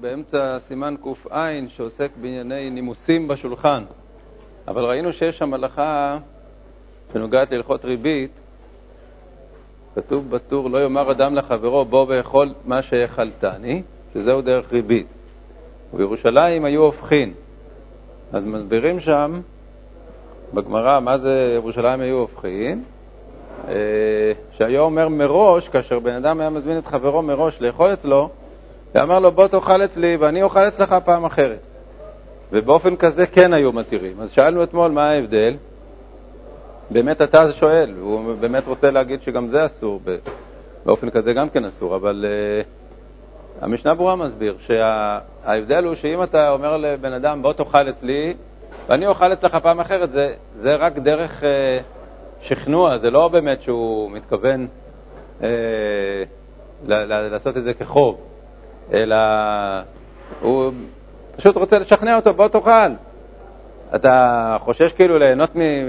באמצע סימן קע"ע שעוסק בענייני נימוסים בשולחן, אבל ראינו שיש שם הלכה שנוגעת להלכות ריבית. כתוב בטור לא יאמר אדם לחברו בוא ואכול מה שאכלתני, שזהו דרך ריבית. ובירושלים היו הופכין, אז מסבירים שם בגמרא מה זה ירושלים היו הופכין, שהיה אומר מראש, כאשר בן אדם היה מזמין את חברו מראש לאכול אצלו, ואמר לו בוא תאכל אצלי ואני אוכל אצלך פעם אחרת, ובאופן כזה כן היו מתירים. אז שאלנו אתמול מה ההבדל. באמת אתה שואל, הוא באמת רוצה להגיד שגם זה אסור, באופן כזה גם כן אסור, אבל המשנה ברורה מסביר שההבדל הוא שאם אתה אומר לבן אדם בוא תאכל אצלי ואני אוכל אצלך פעם אחרת, זה רק דרך שכנוע, זה לא באמת שהוא מתכוון לעשות את זה כחוב, אלא הוא פשוט רוצה לשכנע אותו בוא תאכל. אתה חושש כאילו ליהנות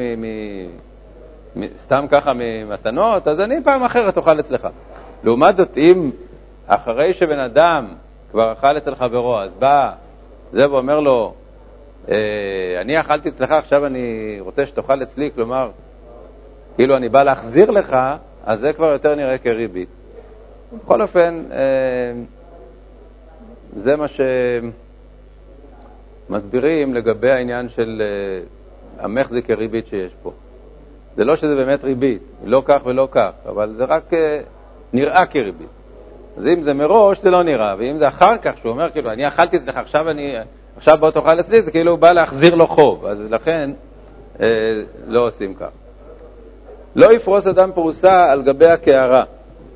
סתם ככה ממתנות, אז אני פעם אחרת אוכל אצלך. לעומת זאת, אם אחרי שבן אדם כבר אכל אצל חברו, אז בא זה ואומר לו אני אכלתי אצלך, עכשיו אני רוצה שתאכל אצלי, כלומר כאילו אני בא להחזיר לך, אז זה כבר יותר נראה כריבית. בכל אופן, זה מה שמסבירים לגבי העניין של המחזיק כריבית שיש פה. זה לא שזה באמת ריבית, לא כך ולא כך, אבל זה רק נראה כריבית. אז אם זה מראש זה לא נראה, ואם זה אחר כך שהוא אומר כאילו אני אכלתי אצלך, עכשיו בוא תאכל אצלי, זה כאילו הוא בא להחזיר לו חוב, אז לכן לא עושים כך. לא יפרוס אדם פרוסה על גבי הקערה.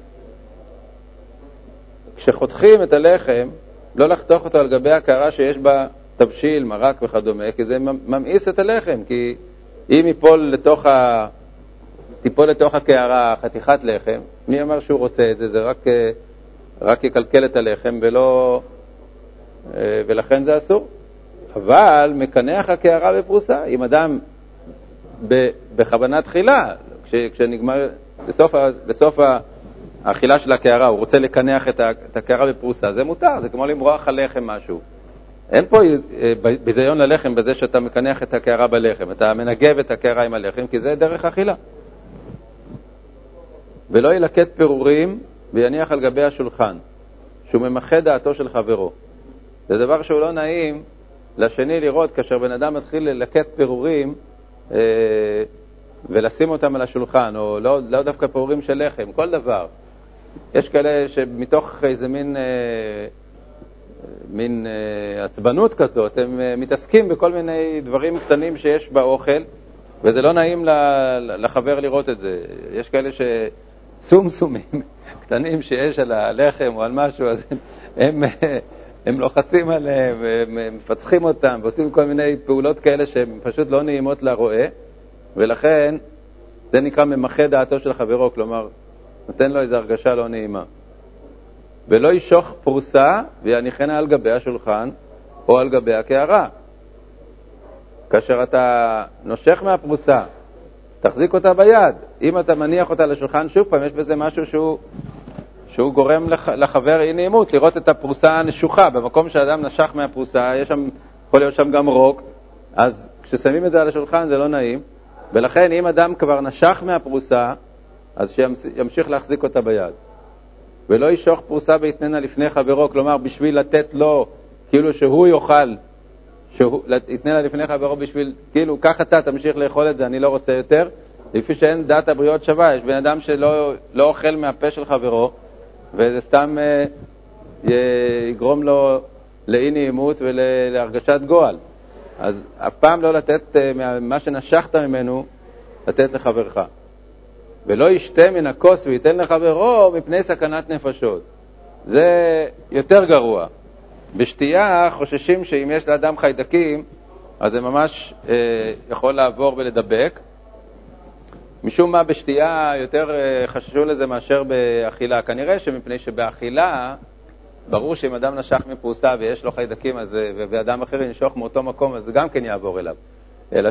כשחותכים את הלחם, לא לחתוך אותו על גבי הקערה שיש בה תבשיל, מרק וכדומה, כי זה ממאיס את הלחם, כי אם תיפול לתוך הקערה חתיכת לחם, מי אמר שהוא רוצה את זה? זה רק יקלקל את הלחם ולכן זה אסור. אבל מקנח הקערה בפרוסה, אם אדם בכוונה תחילה, כשנגמר בסוף האכילה של הקערה, הוא רוצה לקנח את הקערה בפרוסה, זה מותר, זה כמו למרוח על לחם משהו. אין פה ביזיון ללחם בזה שאתה מקנח את הקערה בלחם, אתה מנגב את הקערה עם הלחם, כי זה דרך אכילה. ולא ילקט פירורים ויניח על גבי השולחן, שהוא ממחה דעתו של חברו. זה דבר שהוא לא נעים לשני לראות, כאשר בן אדם מתחיל ללקט פירורים ולשים אותם על השולחן, או לא דווקא פירורים של לחם, כל דבר. יש כאלה שמתוך איזה מין עצבנות כזאת, הם מתעסקים בכל מיני דברים קטנים שיש באוכל, וזה לא נעים לחבר לראות את זה. יש כאלה סומים קטנים שיש על הלחם או על משהו, אז הם לוחצים עליהם ומפצחים אותם ועושים כל מיני פעולות כאלה שהן פשוט לא נעימות לרואה, ולכן זה נקרא ממחה דעתו של חברו, כלומר נותן לו איזו הרגשה לא נעימה. ולא ישוך פרוסה ויניחנה על גבי השולחן או על גבי הקערה. כאשר אתה נושך מהפרוסה, תחזיק אותה ביד. אם אתה מניח אותה לשולחן, שוב פעם, יש בזה משהו שהוא גורם לחבר אי נעימות, לראות את הפרוסה הנשוכה. במקום שאדם נשך מהפרוסה, יכול להיות שם גם רוק, אז כששמים את זה על השולחן זה לא נעים, ולכן אם אדם כבר נשך מהפרוסה, אז שימשיך להחזיק אותה ביד. ולא ישוך פרוסה ויתננה לפני חברו, כלומר בשביל לתת לו, כאילו שהוא יאכל, יתננה לפני חברו בשביל, כאילו כך אתה תמשיך לאכול את זה, אני לא רוצה יותר, לפי שאין דעת הבריות שווה. יש בן אדם שלא אוכל מהפה של חברו, וזה סתם יגרום לו לאי נעימות ולהרגשת גועל. אז אף פעם לא לתת מה שנשכת ממנו, לתת לחברך. ולא ישתה מן הכוס וייתן לחברו מפני סכנת נפשות. זה יותר גרוע. בשתייה חוששים שאם יש לאדם חיידקים, אז זה ממש יכול לעבור ולדבק. משום מה בשתייה יותר חששו לזה מאשר באכילה. כנראה שמפני שבאכילה, ברור שאם אדם נשך מפרוסה ויש לו חיידקים, ואדם אחר ינשוך מאותו מקום, אז זה גם כן יעבור אליו. אלא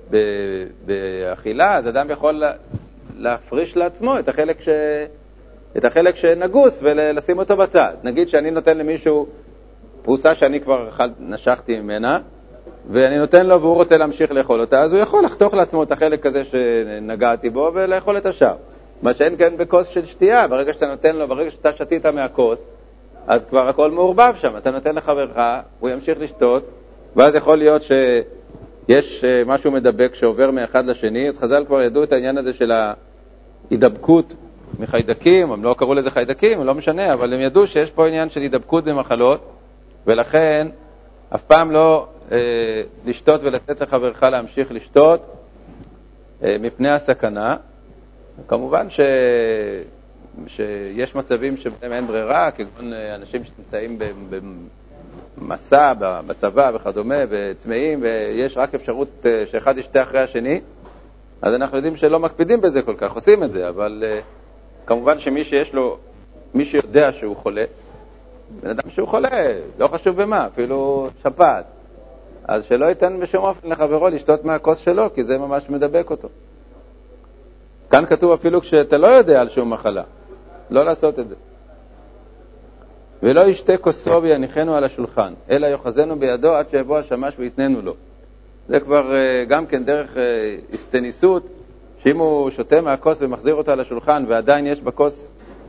שבאכילה, אז אדם יכול להפריש לעצמו את החלק שנגוס ולשים אותו בצד. נגיד שאני נותן למישהו פרוסה שאני כבר נשכתי ממנה, ואני נותן לו והוא רוצה להמשיך לאכול אותה, אז הוא יכול לחתוך לעצמו את החלק הזה שנגעתי בו ולאכול את השאר. מה שאין כן בכוס של שתייה, ברגע שאתה נותן לו, ברגע שאתה שתית מהכוס, אז כבר הכל מעורבב שם. אתה נותן לחברך, הוא ימשיך לשתות, ואז יכול להיות שיש משהו מדבק שעובר מאחד לשני. אז חז"ל כבר ידעו את העניין הזה של ההידבקות מחיידקים, הם לא קראו לזה חיידקים, לא משנה, אבל הם ידעו שיש פה עניין של הידבקות במחלות, ולכן אף פעם לא לשתות ולתת לחברך להמשיך לשתות מפני הסכנה. כמובן שיש מצבים שבהם אין ברירה, כגון אנשים שנמצאים במסע, בצבא וכדומה, וצמאים, ויש רק אפשרות שאחד ישתה אחרי השני, אז אנחנו יודעים שלא מקפידים בזה כל כך, עושים את זה, אבל כמובן שמי שיש לו, מי שיודע שהוא חולה, בן אדם שהוא חולה, לא חשוב במה, אפילו שפעת, אז שלא ייתן בשום אופן לחברו לשתות מהכוס שלו, כי זה ממש מדבק אותו. כאן כתוב אפילו כשאתה לא יודע על שום מחלה, לא לעשות את זה. ולא ישתה כוסו ויניחנו על השולחן, אלא יוחזנו בידו עד שיבוא השמש ויתננו לו. זה כבר גם כן דרך הסתניסות, שאם הוא שותה מהכוס ומחזיר אותה לשולחן ועדיין יש בכוס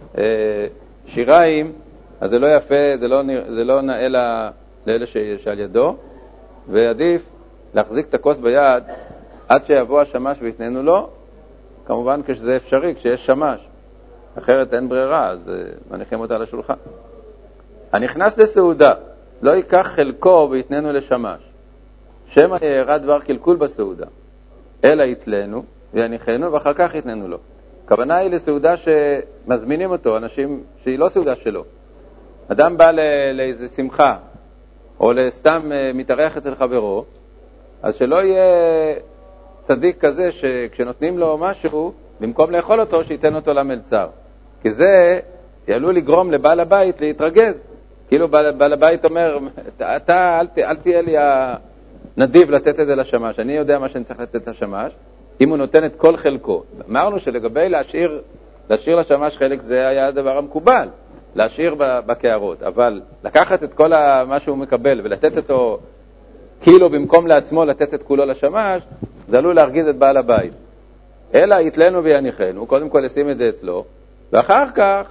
שיריים, אז זה לא יפה, זה לא נאה לאלה שעל ידו, ועדיף להחזיק את הכוס ביד עד שיבוא השמש ויתננו לו, כמובן כשזה אפשרי, כשיש שמש, אחרת אין ברירה, אז מניחים אותה לשולחן. הנכנס לסעודה, לא ייקח חלקו ויתננו לשמש, שמא ירד דבר קלקול בסעודה, אלא יתלנו ויניחנו ואחר כך יתננו לו. הכוונה היא לסעודה שמזמינים אותו, אנשים שהיא לא סעודה שלו. אדם בא לאיזו שמחה, או לסתם מתארח אצל חברו, אז שלא יהיה צדיק כזה שכשנותנים לו משהו, במקום לאכול אותו, שייתן אותו למלצר. כי זה עלול לגרום לבעל הבית להתרגז. כאילו בעל הבית אומר, אתה אל תהיה לי הנדיב לתת את זה לשמש, אני יודע מה שאני צריך לתת לשמש, אם הוא נותן את כל חלקו. אמרנו שלגבי להשאיר לשמש חלק זה היה הדבר המקובל, להשאיר בקערות, אבל לקחת את כל מה שהוא מקבל ולתת אותו כאילו במקום לעצמו לתת את כולו לשמש, זה עלול להרגיז את בעל הבית. אלא יתלנו ויניחנו, קודם כל ישים את זה אצלו, ואחר כך,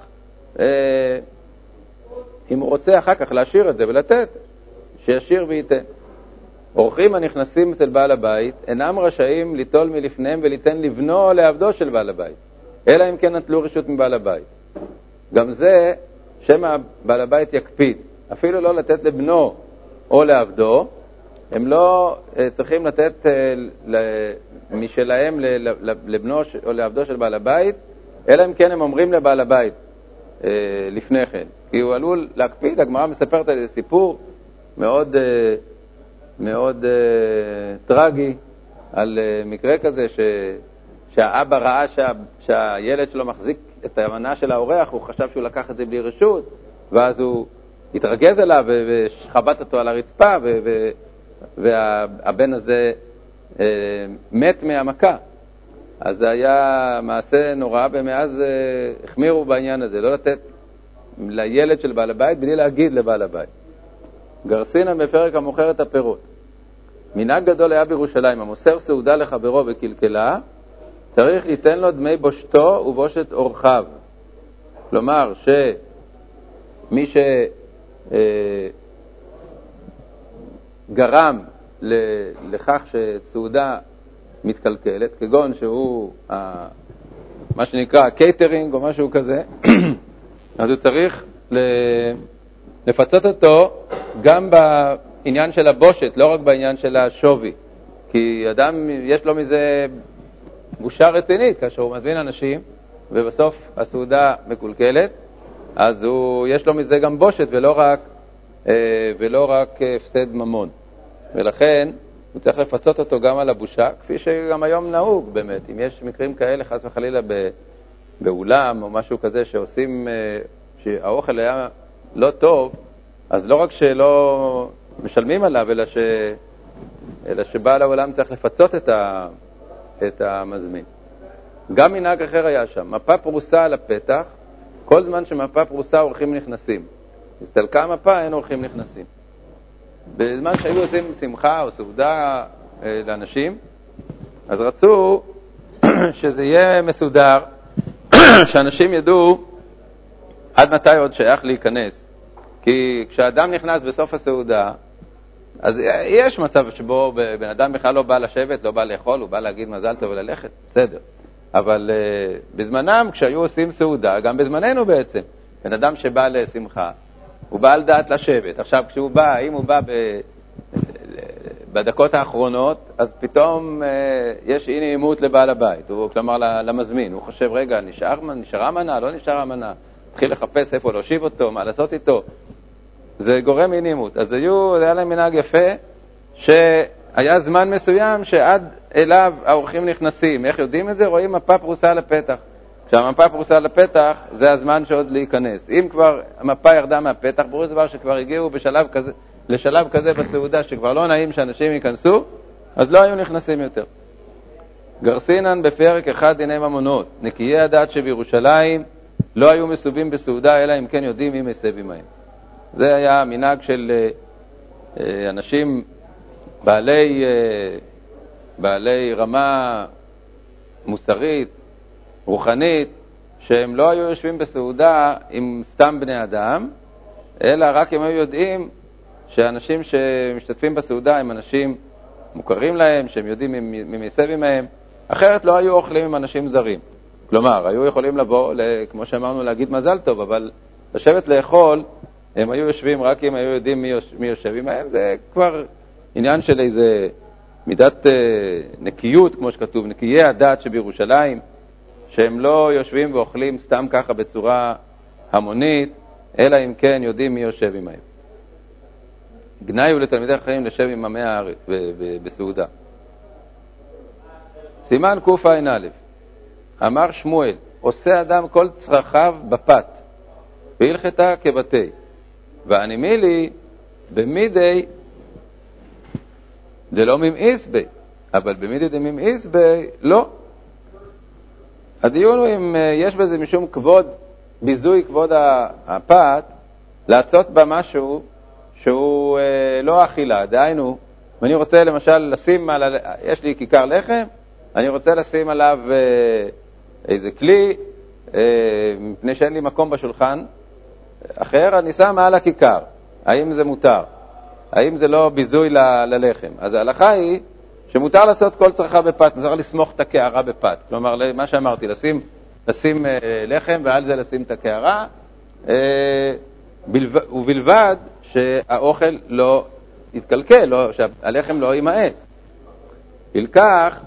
אם הוא רוצה אחר כך להשאיר את זה ולתת, שישאיר וייתן. אורחים הנכנסים אצל בעל הבית אינם רשאים ליטול מלפניהם וליתן לבנו או לעבדו של בעל הבית, אלא אם כן נטלו רשות מבעל הבית. גם זה שמה בעל הבית יקפיד, אפילו לא לתת לבנו או לעבדו, הם לא צריכים לתת משלהם לבנו או לעבדו של בעל הבית, אלא אם כן הם אומרים לבעל הבית לפני כן, כי הוא עלול להקפיד. הגמרא מספרת איזה סיפור מאוד מאוד טרגי על מקרה כזה שהאבא ראה שהילד שלו מחזיק את המנה של האורח, הוא חשב שהוא לקח את זה בלי רשות, ואז הוא התרגז עליו ושחבט אותו על הרצפה, והבן הזה מת מהמכה. אז זה היה מעשה נורא, ומאז החמירו בעניין הזה, לא לתת לילד של בעל הבית בלי להגיד לבעל הבית. גרסינן בפרק המוכר את הפירות. מנהג גדול היה בירושלים, המוסר סעודה לחברו בקלקלה, צריך ליתן לו דמי בושתו ובושת אורחיו. כלומר, שמי שגרם לכך שסעודה מתקלקלת, כגון שהוא מה שנקרא קייטרינג או משהו כזה, אז הוא צריך לפצות אותו גם בעניין של הבושת, לא רק בעניין של השווי. כי אדם יש לו מזה בושה רצינית, כאשר הוא מזמין אנשים ובסוף הסעודה מקולקלת, אז יש לו מזה גם בושת ולא רק הפסד ממון. ולכן הוא צריך לפצות אותו גם על הבושה, כפי שגם היום נהוג באמת. אם יש מקרים כאלה, חס וחלילה באולם או משהו כזה שעושים, שהאוכל היה לא טוב, אז לא רק שלא משלמים עליו, אלא שבעל העולם צריך לפצות את המזמין. גם מנהג אחר היה שם, מפה פרוסה על הפתח, כל זמן שמפה פרוסה אורחים נכנסים. הסתלקה המפה, אין אורחים נכנסים. בזמן שהיו עושים שמחה או סעודה לאנשים, אז רצו שזה יהיה מסודר, שאנשים ידעו עד מתי עוד שייך להיכנס. כי כשאדם נכנס בסוף הסעודה, אז יש מצב שבו בן אדם בכלל לא בא לשבת, לא בא לאכול, הוא בא להגיד מזל טוב וללכת, בסדר. אבל בזמנם, כשהיו עושים סעודה, גם בזמננו בעצם, בן אדם שבא לשמחה, הוא בא על דעת לשבת. עכשיו, כשהוא בא, אם הוא בא בדקות האחרונות, אז פתאום יש אי נעימות לבעל הבית, כלומר למזמין. הוא חושב, רגע, נשארה מנה, לא נשארה מנה, התחיל לחפש איפה להושיב אותו, מה לעשות איתו. זה גורם אי נעימות. אז היה להם מנהג יפה, שהיה זמן מסוים שעד אליו האורחים נכנסים. איך יודעים את זה? רואים מפה פרוסה על הפתח. כשהמפה פרוסה על הפתח, זה הזמן שעוד להיכנס. אם כבר המפה ירדה מהפתח, ברור דבר שכבר הגיעו לשלב כזה בסעודה, שכבר לא נעים שאנשים ייכנסו, אז לא היו נכנסים יותר. גרסינן בפרק אחד דיני ממונות. נקיי הדעת שבירושלים לא היו מסובים בסעודה, אלא אם כן יודעים מי מסב עמהם. זה היה מנהג של אנשים בעלי רמה מוסרית, רוחנית, שהם לא היו יושבים בסעודה עם סתם בני אדם, אלא רק הם היו יודעים שאנשים שמשתתפים בסעודה הם אנשים מוכרים להם, שהם יודעים מי מסב עמהם, אחרת לא היו אוכלים עם אנשים זרים. כלומר, היו יכולים לבוא, כמו שאמרנו, להגיד מזל טוב, אבל לשבת לאכול, הם היו יושבים רק אם היו יודעים מי יושב עמהם. זה כבר עניין של איזה מידת נקיות, כמו שכתוב, נקיי הדעת שבירושלים, שהם לא יושבים ואוכלים סתם ככה בצורה המונית, אלא אם כן יודעים מי יושב עמהם. גנאי הוא לתלמידי חיים לשב עם עמי הארץ בסעודה. סימן קע"א, אמר שמואל, עושה אדם כל צרכיו בפת, והלכתה כבתי, והנימילי במידי דלא ממאיס בי, אבל במידי דממאיס בי לא. הדיון הוא אם יש בזה משום כבוד, ביזוי כבוד הפת, לעשות בה משהו שהוא לא אכילה. דהיינו, אם אני רוצה למשל לשים יש לי כיכר לחם, אני רוצה לשים עליו איזה כלי, מפני שאין לי מקום בשולחן אחר, אני שם על הכיכר. האם זה מותר? האם זה לא ביזוי ללחם? אז ההלכה היא שמותר לעשות כל צרכה בפת, מותר לסמוך את הקערה בפת. כלומר, מה שאמרתי, לשים לחם ועל זה לשים את הקערה, ובלבד שהאוכל לא יתקלקל, שהלחם לא יימאס. בלכך,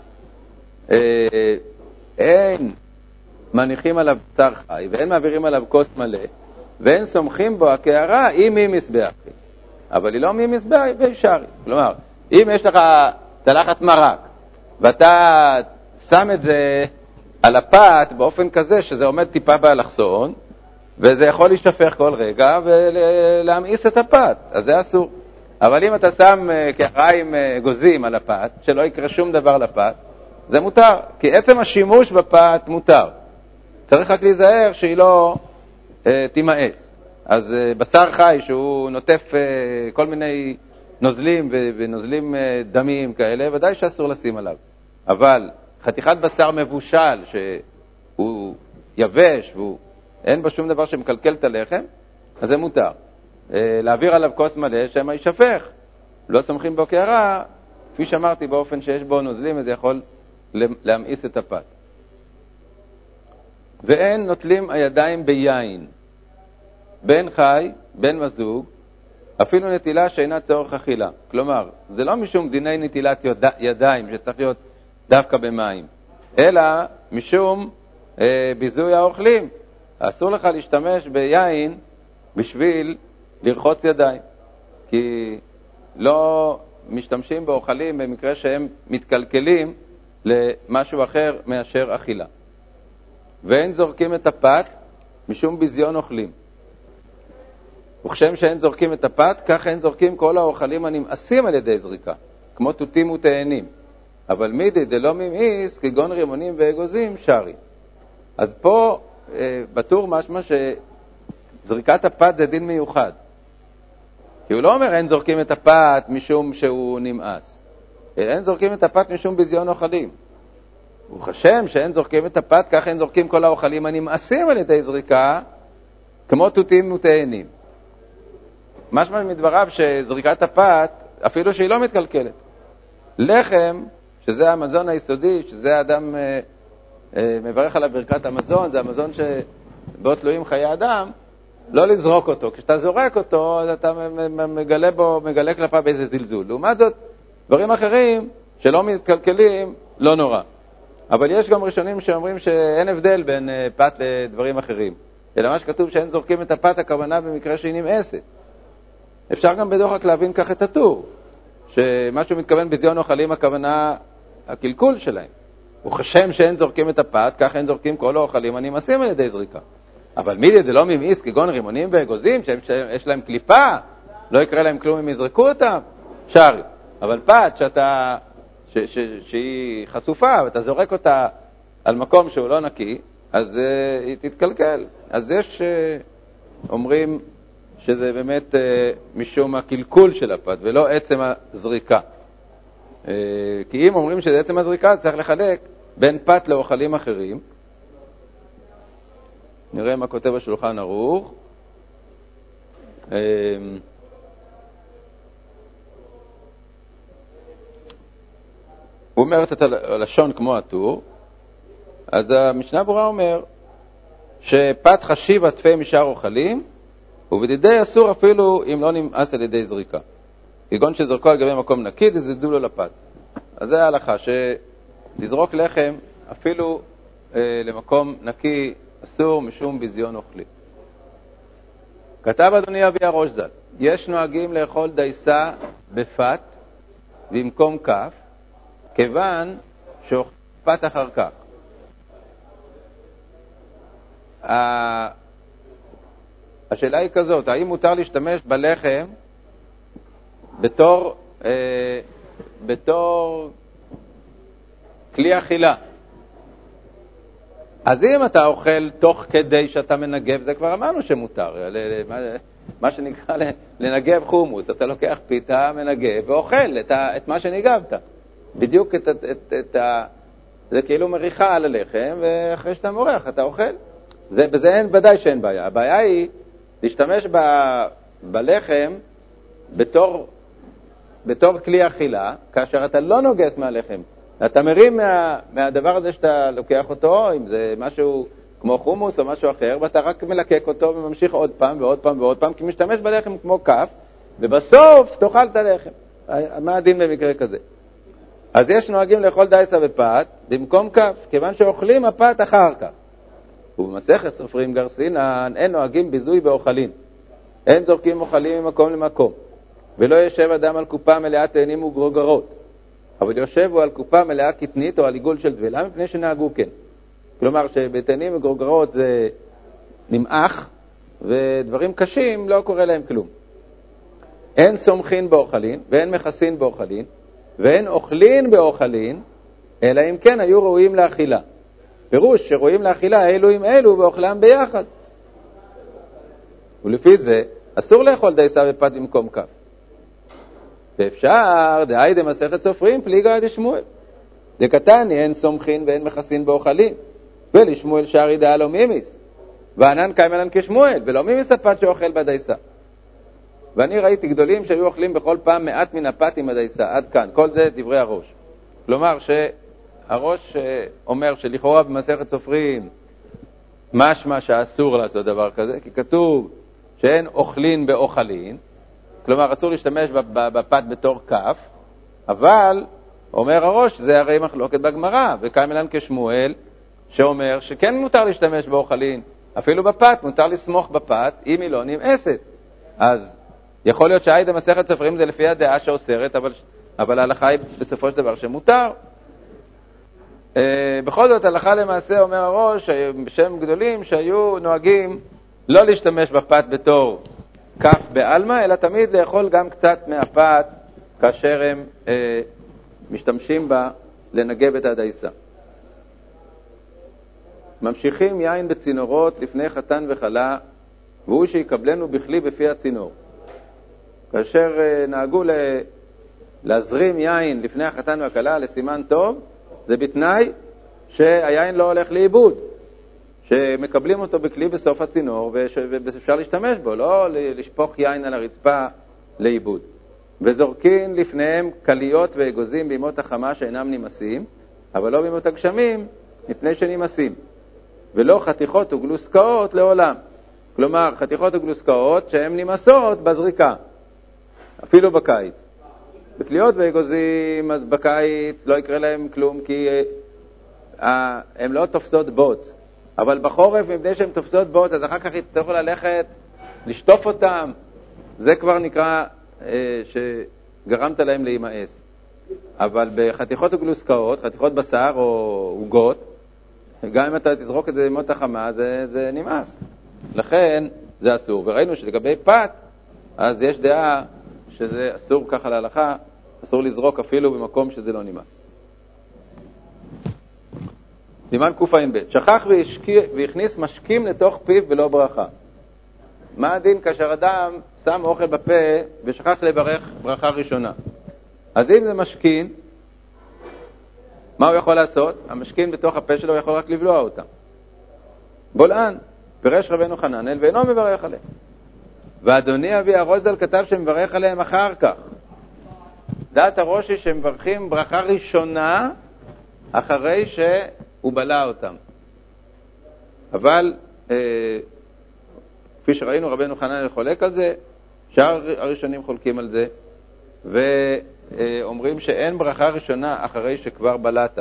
אין מניחים עליו בשר חי, ואין מעבירים עליו כוס מלא, ואין סומכים בו הקערה עם מי מזבח. אבל היא לא מי מזבח, היא שרי. כלומר, אם יש לך תלחת מרק, ואתה שם את זה על הפת באופן כזה שזה עומד טיפה באלכסון, וזה יכול להשתפך כל רגע ולהמאיס את הפת, אז זה אסור. אבל אם אתה שם קערה עם גוזים על הפת, שלא יקרה שום דבר לפת, זה מותר, כי עצם השימוש בפת מותר. צריך רק להיזהר שהיא לא תימאס. אז בשר חי שהוא נוטף כל מיני נוזלים ונוזלים דמיים כאלה, ודאי שאסור לשים עליו. אבל חתיכת בשר מבושל שהוא יבש ואין בו שום דבר שמקלקל את הלחם, אז זה מותר. להעביר עליו כוס מלא שמה יישפך. לא סומכים בו קערה, כפי שאמרתי, באופן שיש בו נוזלים, וזה יכול להמאיס את הפת. ואין נוטלים הידיים ביין, בין חי, בין מזוג, אפילו נטילה שאינה צורך אכילה. כלומר, זה לא משום דיני נטילת ידיים שצריך להיות דווקא במים, אלא משום ביזוי האוכלים. אסור לך להשתמש ביין בשביל לרחוץ ידיים, כי לא משתמשים באוכלים במקרה שהם מתקלקלים למשהו אחר מאשר אכילה. ואין זורקים את הפת משום ביזיון אוכלים. וכשם שאין זורקים את הפת, כך אין זורקים כל האוכלים הנמאסים על ידי זריקה, כמו תותים ותאנים. אבל מידי דלא ממאיס, כגון רימונים ואגוזים, שרי. אז פה בטור משמע שזריקת הפת זה דין מיוחד. כי הוא לא אומר אין זורקים את הפת משום שהוא נמאס, אלא אין זורקים את הפת משום בזיון אוכלים. הוא חשם שאין זורקים את הפת, כך אין זורקים כל האוכלים הנמאסים על ידי זריקה, כמו תותים ותאנים. משמע מדבריו שזריקת הפת, אפילו שהיא לא מתקלקלת. לחם, שזה המזון היסודי, שזה האדם מברך עליו ברכת המזון, זה המזון שבו תלויים חיי אדם, לא לזרוק אותו. כשאתה זורק אותו, אז אתה מגלה כלפיו באיזה זלזול. לעומת זאת, דברים אחרים שלא מתקלקלים, לא נורא. אבל יש גם ראשונים שאומרים שאין הבדל בין פת לדברים אחרים. אלא מה שכתוב שאין זורקים את הפת, הכוונה במקרה שהיא נמאסת. אפשר גם בדוחק להבין כך את הטור, שמה שהוא מתכוון בזיון אוכלים, הכוונה הקלקול שלהם. הוא חשם שאין זורקים את הפת, כך אין זורקים כל האוכלים הנמאסים על ידי זריקה. אבל מידי זה לא ממאיס, כגון רימונים ואגוזים, שיש להם קליפה, לא יקרה להם כלום אם יזרקו אותם, שרי. אבל פת שהיא חשופה, ואתה זורק אותה על מקום שהוא לא נקי, אז היא תתקלקל. אז יש אומרים שזה באמת משום הקלקול של הפת, ולא עצם הזריקה. כי אם אומרים שזה עצם הזריקה, צריך לחלק בין פת לאוכלים אחרים. נראה מה כותב השולחן ערוך. הוא אומר את הלשון כמו הטור. אז המשנה ברורה אומר שפת חשיב עטפי משאר אוכלים, ובדידי אסור אפילו אם לא נמאס על ידי זריקה. כגון שזרקו על גבי מקום נקי, זה זלזול לו לפת. אז זה ההלכה, שלזרוק לחם אפילו למקום נקי אסור משום בזיון אוכלים. כתב אדוני אבי הראש ז"ל, יש נוהגים לאכול דייסה בפת במקום כף, כיוון שאוכל פת אחר כך. השאלה היא כזאת, האם מותר להשתמש בלחם בתור כלי אכילה? אז אם אתה אוכל תוך כדי שאתה מנגב, זה כבר אמרנו שמותר. מה שנקרא לנגב חומוס, אתה לוקח פיתה, מנגב ואוכל את מה שניגבת. בדיוק זה כאילו מריחה על הלחם, ואחרי שאתה מורח אתה אוכל. בזה אין, ודאי שאין בעיה. הבעיה היא להשתמש בלחם בתור כלי אכילה, כאשר אתה לא נוגס מהלחם. אתה מרים מהדבר הזה שאתה לוקח אותו, אם זה משהו כמו חומוס או משהו אחר, ואתה רק מלקק אותו וממשיך עוד פעם ועוד פעם ועוד פעם, כי משתמש בלחם כמו כף, ובסוף תאכל את הלחם. מה הדין במקרה כזה? אז יש נוהגים לאכול דייסה ופת במקום כף, כיוון שאוכלים הפת אחר כך. ובמסכת סופרים גרסינן אין נוהגים ביזוי באוכלים. אין זורקים אוכלים ממקום למקום. ולא יושב אדם על קופה מלאה תאנים וגרוגרות. אבל יושב הוא על קופה מלאה קטנית או על עיגול של דבלה, מפני שנהגו כן. כלומר שבתאנים וגרוגרות זה נמעך, ודברים קשים לא קורה להם כלום. אין סומכין באוכלין, ואין מכסין באוכלין, ואין אוכלין באוכלין, אלא אם כן היו ראויים לאכילה. פירוש שראויים לאכילה אלו עם אלו ואוכלם ביחד. ולפי זה אסור לאכול דייסה ופת במקום כף. ואפשר, דהי דמסכת סופרים, פליגה דשמואל. דקתני, אין סומכין ואין מכסין באוכלין. ולשמואל שרי דעה לא מימיס. וענן קיימלן כשמואל, ולא מימיס הפת שאוכל בדייסה. ואני ראיתי גדולים שהיו אוכלים בכל פעם מעט מן הפת עם הדייסה. עד כאן. כל זה דברי הראש. כלומר שהראש אומר שלכאורה במסכת סופרים משמע שאסור לעשות דבר כזה, כי כתוב שאין אוכלין באוכלין, כלומר אסור להשתמש בפת בתור כף, אבל אומר הראש זה הרי מחלוקת בגמרא, וקיימלן כשמואל שאומר שכן מותר להשתמש באוכלין, אפילו בפת, מותר לסמוך בפת אם היא לא נמאסת. אז יכול להיות שהעיד המסכת סופרים זה לפי הדעה שאוסרת, אבל ההלכה היא בסופו של דבר שמותר. בכל זאת, הלכה למעשה אומר הראש, בשם גדולים שהיו נוהגים לא להשתמש בפת בתור כף בעלמא, אלא תמיד לאכול גם קצת מהפת כאשר הם משתמשים בה לנגב את הדייסה. ממשיכים יין בצינורות לפני חתן וחלה, והוא שיקבלנו בכלי בפי הצינור. כאשר נהגו להזרים יין לפני החתן והכלה לסימן טוב, זה בתנאי שהיין לא הולך לאיבוד, שמקבלים אותו בכלי בסוף הצינור ואפשר להשתמש בו, לא לשפוך יין על הרצפה לאיבוד. וזורקים לפניהם קליות ואגוזים בימות החמה שאינם נמסים, אבל לא בימות הגשמים מפני שנמסים. ולא חתיכות וגלוסקאות לעולם. כלומר, חתיכות וגלוסקאות שהן נמסות בזריקה, אפילו בקיץ. בקליות ואגוזים, אז בקיץ לא יקרה להם כלום, כי הם לא תופסות בוץ. אבל בחורף, מפני שהן תופסות בוץ, אז אחר כך יצטרכו ללכת, לשטוף אותם. זה כבר נקרא שגרמת להם להימאס. אבל בחתיכות וגלוסקאות, חתיכות בשר או עוגות, גם אם אתה תזרוק את זה בימות החמה, זה נמאס. לכן זה אסור. וראינו שלגבי פת, אז יש דעה שזה אסור ככה להלכה, אסור לזרוק אפילו במקום שזה לא נמאס. סימן קע"ב, שכח והכניס משקים לתוך פיו בלא ברכה. מה הדין כאשר אדם שם אוכל בפה ושכח לברך ברכה ראשונה? אז אם זה משכין, מה הוא יכול לעשות? המשכין בתוך הפה שלו יכול רק לבלוע אותם. בולען, פירש רבנו חננאל, ואינו מברך עליהם. ואדוני אבי הרוזל כתב שמברך עליהם אחר כך. דעת הראש היא שמברכים ברכה ראשונה אחרי שהוא בלע אותם. אבל כפי שראינו, רבנו חננאל חולק על זה, שאר הראשונים חולקים על זה, ואומרים שאין ברכה ראשונה אחרי שכבר בלעת.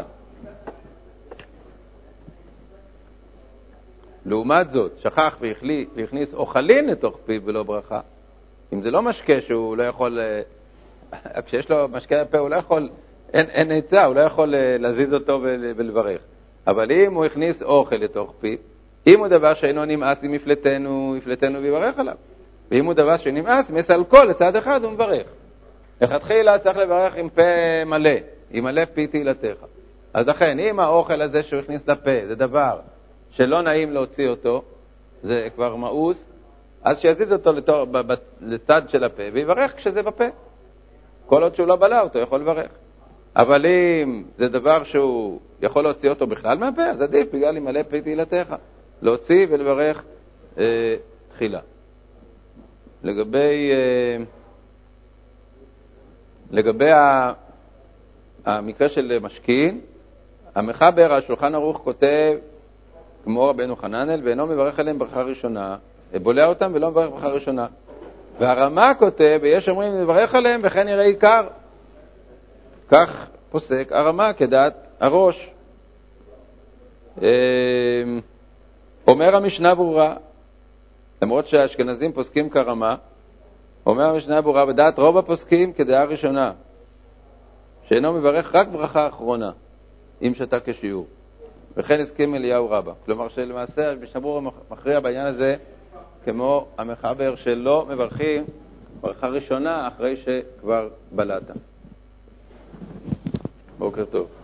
לעומת זאת, שכח והכניס אוכלין לתוך פיו ולא ברכה. אם זה לא משקה שהוא לא יכול, כשיש לו משקה לפה הוא לא יכול, אין עצה, הוא לא יכול להזיז אותו ולברך. אבל אם הוא הכניס אוכל לתוך פיו, אם הוא דבר שאינו נמאס אם יפלטנו ויברך עליו. ואם הוא דבר שנמאס, מסלקו לצד אחד הוא מברך. לכתחילה צריך לברך עם פה מלא, עם מלא פי תהילתך. אז לכן, אם האוכל הזה שהוא הכניס לפה, זה דבר שלא נעים להוציא אותו, זה כבר מאוס, אז שיזיז אותו לצד של הפה, ויברך כשזה בפה. כל עוד שהוא לא בלע אותו, יכול לברך. אבל אם זה דבר שהוא יכול להוציא אותו בכלל מהפה, אז עדיף בגלל עם מלא פי תהילתך. להוציא ולברך תחילה. לגבי המקרה של משכין, המחבר על שולחן ערוך כותב כמו רבנו חננאל, ואינו מברך עליהם ברכה ראשונה, בולע אותם ולא מברך ברכה ראשונה. והרמה כותב, ויש אומרים מברך עליהם וכן יראה עיקר. כך פוסק הרמה כדעת הראש. אומר המשנה ברורה, למרות שהאשכנזים פוסקים כרמה, אומר המשנה ברורה, בדעת רוב הפוסקים כדעה ראשונה, שאינו מברך רק ברכה אחרונה, אם שתה כשיעור. וכן הסכים אליהו רבא. כלומר שלמעשה המשנה ברורה מכריע בעניין הזה, כמו המחבר שלא מברכים ברכה ראשונה אחרי שכבר בלעת. בוקר טוב.